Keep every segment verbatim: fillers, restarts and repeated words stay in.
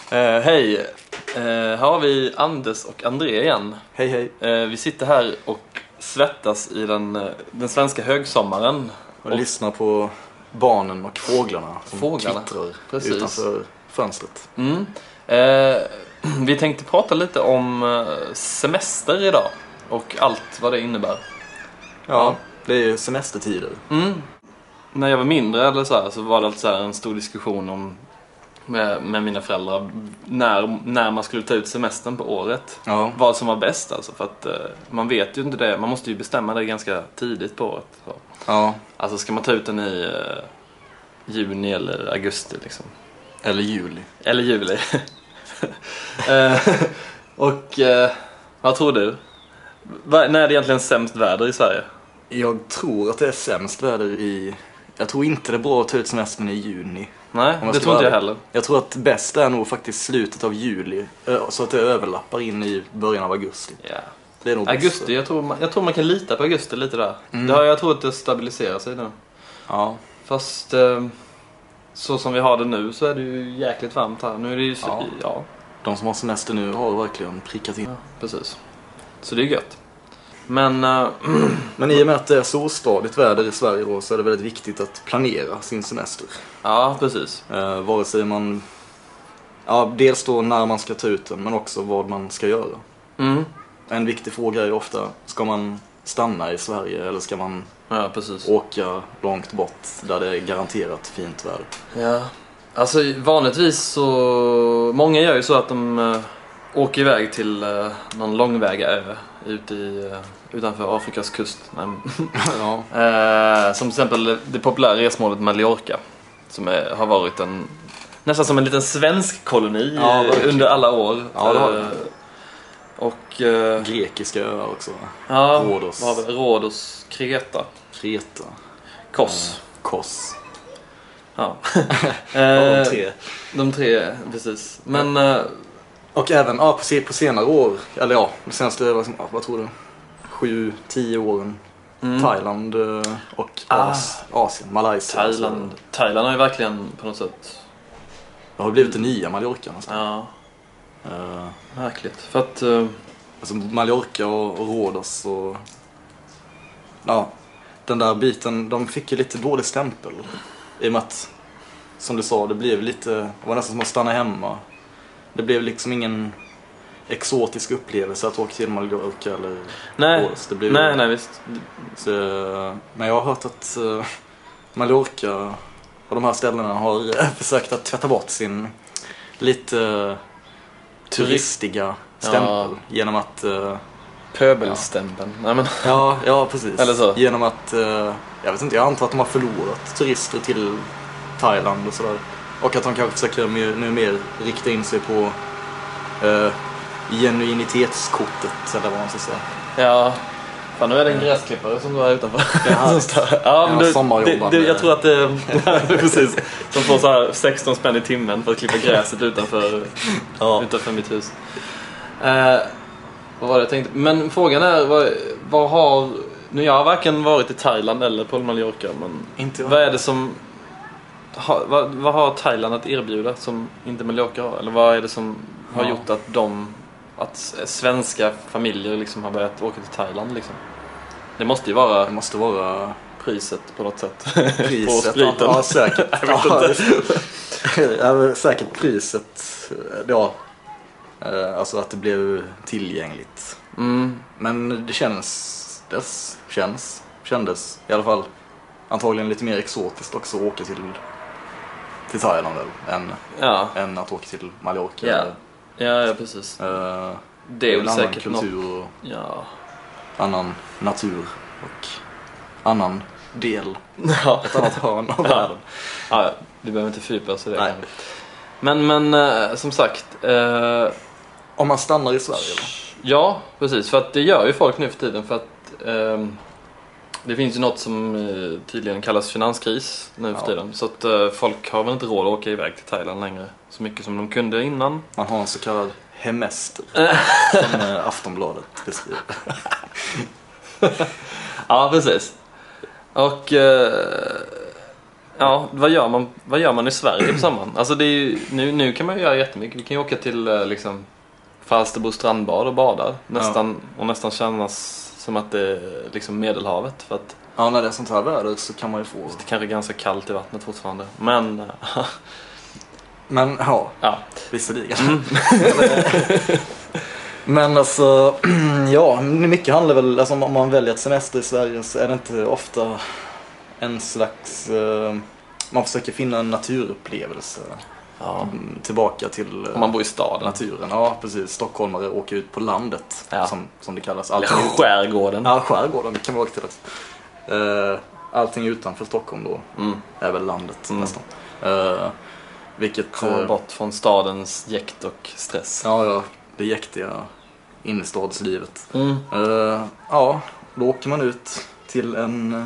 Uh, hej, uh, här har vi Anders och André igen. Hej hej. Uh, vi sitter här och svettas i den, uh, den svenska högsommaren. Och, och lyssnar på barnen och fåglarna som fåglarna. kvittrar Precis. utanför fönstret. Mm. Uh, vi tänkte prata lite om uh, semester idag och allt vad det innebär. Ja, ja. Det är ju semestertider. Mm. När jag var mindre eller så, här, så var det alltid så här en stor diskussion om Med, med mina föräldrar när, när man skulle ta ut semestern på året. Ja. Vad som var bäst alltså. För att uh, man vet ju inte det. Man måste ju bestämma det ganska tidigt på året. Så. Ja. Alltså ska man ta ut den i uh, juni eller augusti liksom. Eller juli. Eller juli. uh, och uh, vad tror du? Va, när är det egentligen sämst väder i Sverige? Jag tror att det är sämst väder i... Jag tror inte det är bra att ta ut semestern i juni. Nej, det tror inte jag heller. Jag tror att bäst är nog faktiskt slutet av juli. Så att det överlappar in i början av augusti. Ja. Det är nog augusti, jag tror, man, jag tror man kan lita på augusti lite där. Mm. Det har jag tror att det stabiliserar sig nu. Ja. Fast eh, så som vi har det nu så är det ju jäkligt varmt här. Nu är det ju så, ja. ja. De som har semester nu har verkligen prickat in. Ja, precis. Så det är gött. Men, uh, Men i och med att det är så stadigt väder i Sverige då, så är det väldigt viktigt att planera sin semester. Ja, precis. Eh, vare sig man... Ja, dels då när man ska ta ut den, men också vad man ska göra. Mm. En viktig fråga är ju ofta, ska man stanna i Sverige eller ska man Ja, precis. åka långt bort där det är garanterat fint väder? Ja. Alltså vanligtvis så... Många gör ju så att de uh, åker iväg till uh, någon långväga ö ute i... Uh, utanför Afrikas kust. Ja. eh, som till exempel det populära resmålet Mallorca. Som är, har varit en nästan som en liten svensk koloni ja, under alla år. Ja, det har det. Och eh, grekiska öar också. Ja, Rhodos. vad har vi? Rhodos, Kreta, Kreta, Kos. Eh, Kos. Ja. ja, de tre. De tre, precis. Men eh, och även ja, på, på senare år, eller ja, de senaste, vad, vad tror du? Sju, tio åren. Mm. Thailand och ah. As, Asien, Malaysia. Thailand, Thailand har ju verkligen på något sätt... Det har blivit det nya Mallorca nästan. Ja, uh, verkligt. För att... Uh... Alltså Mallorca och, och Rhodos och... Ja, den där biten, de fick ju lite dålig stämpel. I och med att, som du sa, det blev lite... Det var nästan som att stanna hemma. Det blev liksom ingen... exotisk upplevelse att åka till Mallorca eller nej, Rhodos. Det blev nej, nej, visst. Så, men jag har hört att uh, Mallorca och de här ställena har uh, försökt att tvätta bort sin lite uh, turistiga stämpel ja. Genom att uh, pöbelstämpeln. Ja. Men... ja, ja, precis. Eller så. Genom att uh, jag vet inte, jag antar att de har förlorat turister till Thailand och sådär. Och att de kanske försöker mer, nu mer rikta in sig på uh, genuinitetskortet eller vad man ska säga. Ja, fan, nu är det en gräsklippare som du har utanför. Ja, ja, men ja, det, det, det, jag tror att det precis, som får så här sexton spänn i timmen för att klippa gräset utanför, ja. utanför mitt hus. Eh, vad var det jag tänkte? Men frågan är, vad, vad har... Nu jag har varken varit i Thailand eller på Mallorca, men inte vad är det som... Ha, vad, vad har Thailand att erbjuda som inte Mallorca har? Eller vad är det som har ja. gjort att de... Att svenska familjer liksom har börjat åka till Thailand liksom. Det måste ju vara... Det måste vara... priset på något sätt. Priset, på spriten. Ja, ja säkert. Jag vet ja, inte. Ja, säkert priset. Ja. Alltså att det blev tillgängligt. Mm. Men det känns... Det känns... Kändes i alla fall antagligen lite mer exotiskt också att åka till... Till Thailand än, ja. än att åka till Mallorca. Ja. Ja, ja, precis. Uh, det är väl säkert kultur något... och ja. annan natur och annan del. Ja. Ett annat hörn av ja. världen. Ja, vi behöver inte fördjupa oss i det. Nej. Men, men uh, som sagt... Uh, Om man stannar i Sverige eller? Ja, precis. För att det gör ju folk nu för tiden. För att uh, det finns ju något som uh, tydligen kallas finanskris nu för ja. tiden. Så att uh, folk har väl inte råd att åka iväg till Thailand längre. Så mycket som de kunde innan. Man har en så kallad hemester. Som uh, Aftonbladet beskriver. Ja, precis. Och uh, Ja, vad gör man, vad gör man i Sverige på sommaren? Alltså det är ju, nu, nu kan man ju göra jättemycket. Vi kan ju åka till eh, liksom Falsterbo strandbad och bada. Nästan, ja. Och nästan kännas som att det är liksom Medelhavet. För att ja, när det är sånt här väder så kan man ju få... det kanske är ganska kallt i vattnet fortfarande. Men... Men ja, ja. visserligen. Mm. Men alltså, ja, mycket handlar väl, alltså om man väljer ett semester i Sverige så är det inte ofta en slags, eh, man försöker finna en naturupplevelse. Ja. Tillbaka till om man bor i staden. Naturen, ja precis. Stockholmare åker ut på landet, ja. som, som det kallas. Allting skärgården. Ja, skärgården kan vi åka till. Uh, allting utanför Stockholm då mm. är väl landet mm. nästan. Uh, vilket kommer bort från stadens jäkt och stress. Ja, ja, det jäktiga innerstadslivet. Mm. Uh, ja, då åker man ut till en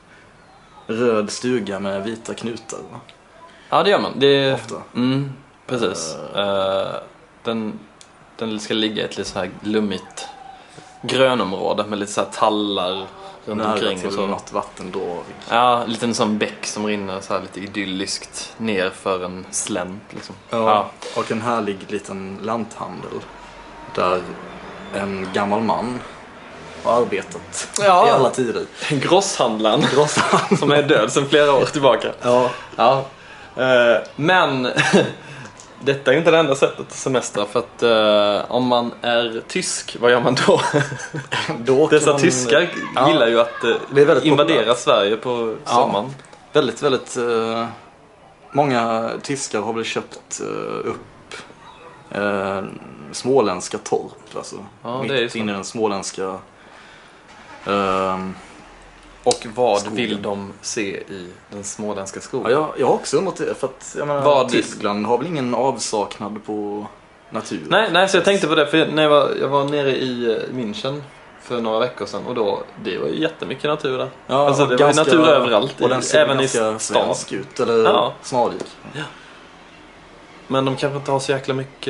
röd stuga med vita knutar. Va? Ja, det gör man. Det är ofta. Mm, precis. Uh, uh, den, den ska ligga i ett lite så här lummigt grönområde med lite så här tallar runt omkring till och så. Något vattendrag. Ja, en liten sån bäck som rinner så här lite idylliskt ner för en slänt liksom. Ja, ja. Och en härlig liten lanthandel där en gammal man har arbetat ja. i alla tider. Grosshandlaren Grosshandlaren som är död sedan flera år tillbaka. Ja. Ja. Uh, men detta är inte det enda sättet att semestra, för att uh, om man är tysk, vad gör man då? då Dessa man, tyskar ja, gillar ju att uh, invadera populärt. Sverige på sommaren. Ja, väldigt, väldigt uh, många tyskar har väl köpt uh, upp uh, småländska torp, alltså ja, mitt det är inne i den småländska uh, och vad skogen. Vill de se i den småländska skogen? Ja, jag, jag har också undrat det, för att jag menar, vad Tyskland har väl ingen avsaknad på natur. Nej, nej, så jag tänkte på det, för när jag var, jag var nere i München för några veckor sedan och då, det var ju jättemycket natur där. Ja, alltså det ganska, var ju natur överallt, och den ser även i stan. Svensk ut, eller ja. snarlik. Ja. Men de kanske inte har så jäkla mycket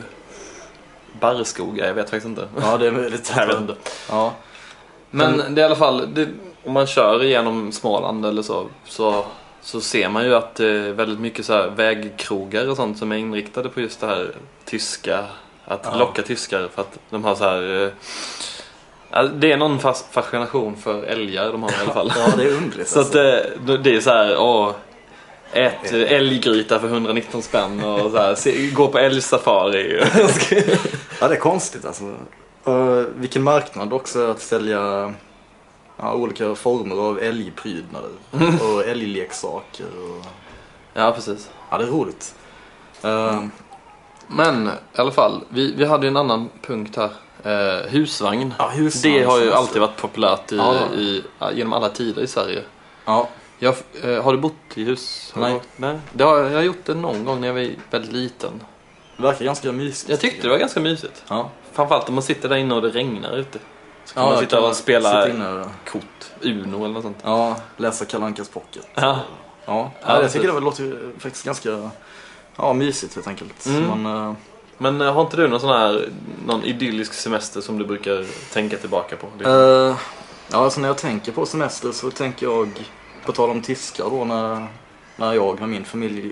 barrskogar, jag vet faktiskt inte. Ja, det är möjligt. Jag vet inte. Ja. Men, Men det är i alla fall, det, om man kör igenom Småland eller så, så så ser man ju att det är väldigt mycket så här vägkrogar och sånt som är inriktade på just det här tyska, att ja. locka tyskar, för att de har så här äh, det är någon fast fascination för älgar de har i alla fall. Ja, det är underligt. Så alltså. att det, det är så här, åh, ett älggryta för hundranitton spänn och så här, se, gå på älgsafari. Ja, det är konstigt alltså. Uh, vilken marknad också att sälja ja, olika former av älgprydnader mm. och älgleksaker och... Ja, precis. Ja, det är roligt. Uh, Men i alla fall, vi, vi hade ju en annan punkt här. Uh, husvagn. Ja, husvagn. Det har ju alltid varit populärt i, ja. i, genom alla tider i Sverige. Ja. Jag, uh, har du bott i hus? Nej. Du, nej. Det har, jag har gjort det någon gång när jag var väldigt liten. Det verkar ganska mysigt. Jag tyckte det var ganska mysigt. Ja. Framförallt om man sitter där inne och det regnar ute. Så kan ja, man sitta och spela inne, kort, Uno eller något sånt. Ja, läsa Kalle Ankas Pocket. Ja. Ja, ja, ja jag tycker det låter ju faktiskt ganska ja, mysigt helt enkelt. Mm. Man, uh... Men uh, har inte du någon sån här någon idyllisk semester som du brukar tänka tillbaka på? Uh, ja, alltså när jag tänker på semester så tänker jag, på tal om tyskar då, när, när jag med min familj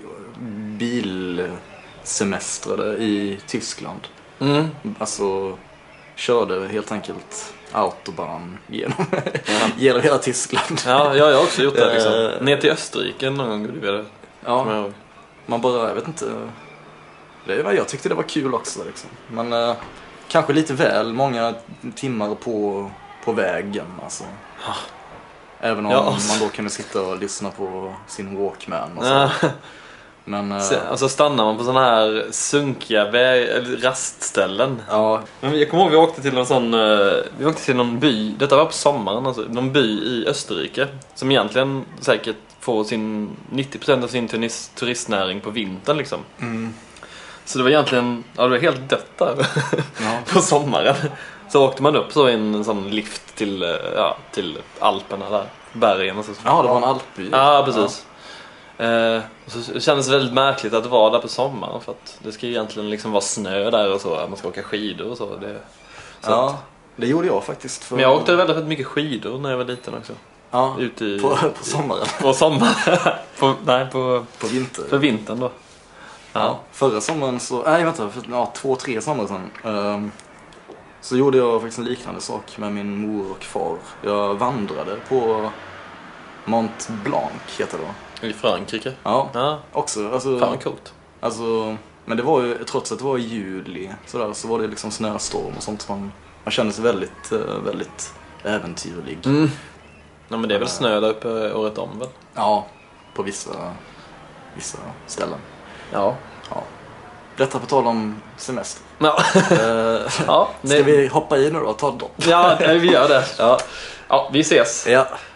bilsemestrade i Tyskland. Mm. Alltså körde helt enkelt autobahn genom, ja. genom hela Tyskland. Ja, jag har också gjort det liksom. Uh, Ner till Österrike någon gång gjorde vi det. Ja, man bara, jag vet inte. Det var, jag tyckte det var kul också liksom. Men uh, kanske lite väl många timmar på, på vägen alltså. Ah. Även om ja, alltså. man då kunde sitta och lyssna på sin Walkman och så. Ja. Men, uh... alltså stannar man på såna här sunkiga vä- rastställen. Ja. Men jag kommer ihåg vi åkte till en sån uh, vi åkte till någon by. Detta var på sommaren alltså, någon by i Österrike som egentligen säkert får sin nittio procent av sin turist- turistnäring på vintern liksom. Mm. Så det var egentligen ja, det var helt dött där ja. på sommaren. Så åkte man upp så i en sån lift till ja, till Alperna där, bergen och så. Ja, det var en alpby. Ja, precis. Ja. Eh, så det kändes väldigt märkligt att vara där på sommaren, för att det ska ju egentligen liksom vara snö där och så, man ska åka skidor och så. Det, så ja, att, det gjorde jag faktiskt. För... Men jag åkte väldigt mycket skidor när jag var liten också. Ja, Ut i, på, på sommaren. På sommaren. på, nej, på, på vinter. För vintern då. Ja. Ja, förra sommaren så, nej vänta, för, ja, två, tre sommar sedan. Um, så gjorde jag faktiskt en liknande sak med min mor och far. Jag vandrade på Mont Blanc, heter det. I Frankrike. Ja, ja. också. Alltså, fan coolt. Alltså, men det var ju, trots att det var i juli sådär, så var det liksom snöstorm och sånt. Man, man kände sig väldigt, väldigt äventyrlig. Mm. Ja, men det är väl snö där uppe året om väl? Ja, på vissa, vissa ställen. Ja. Ja. Detta på tal om semester. Ja. ja, ska det... vi hoppa i nu då och ta dem? Ja, vi gör det. Ja, ja vi ses. Ja.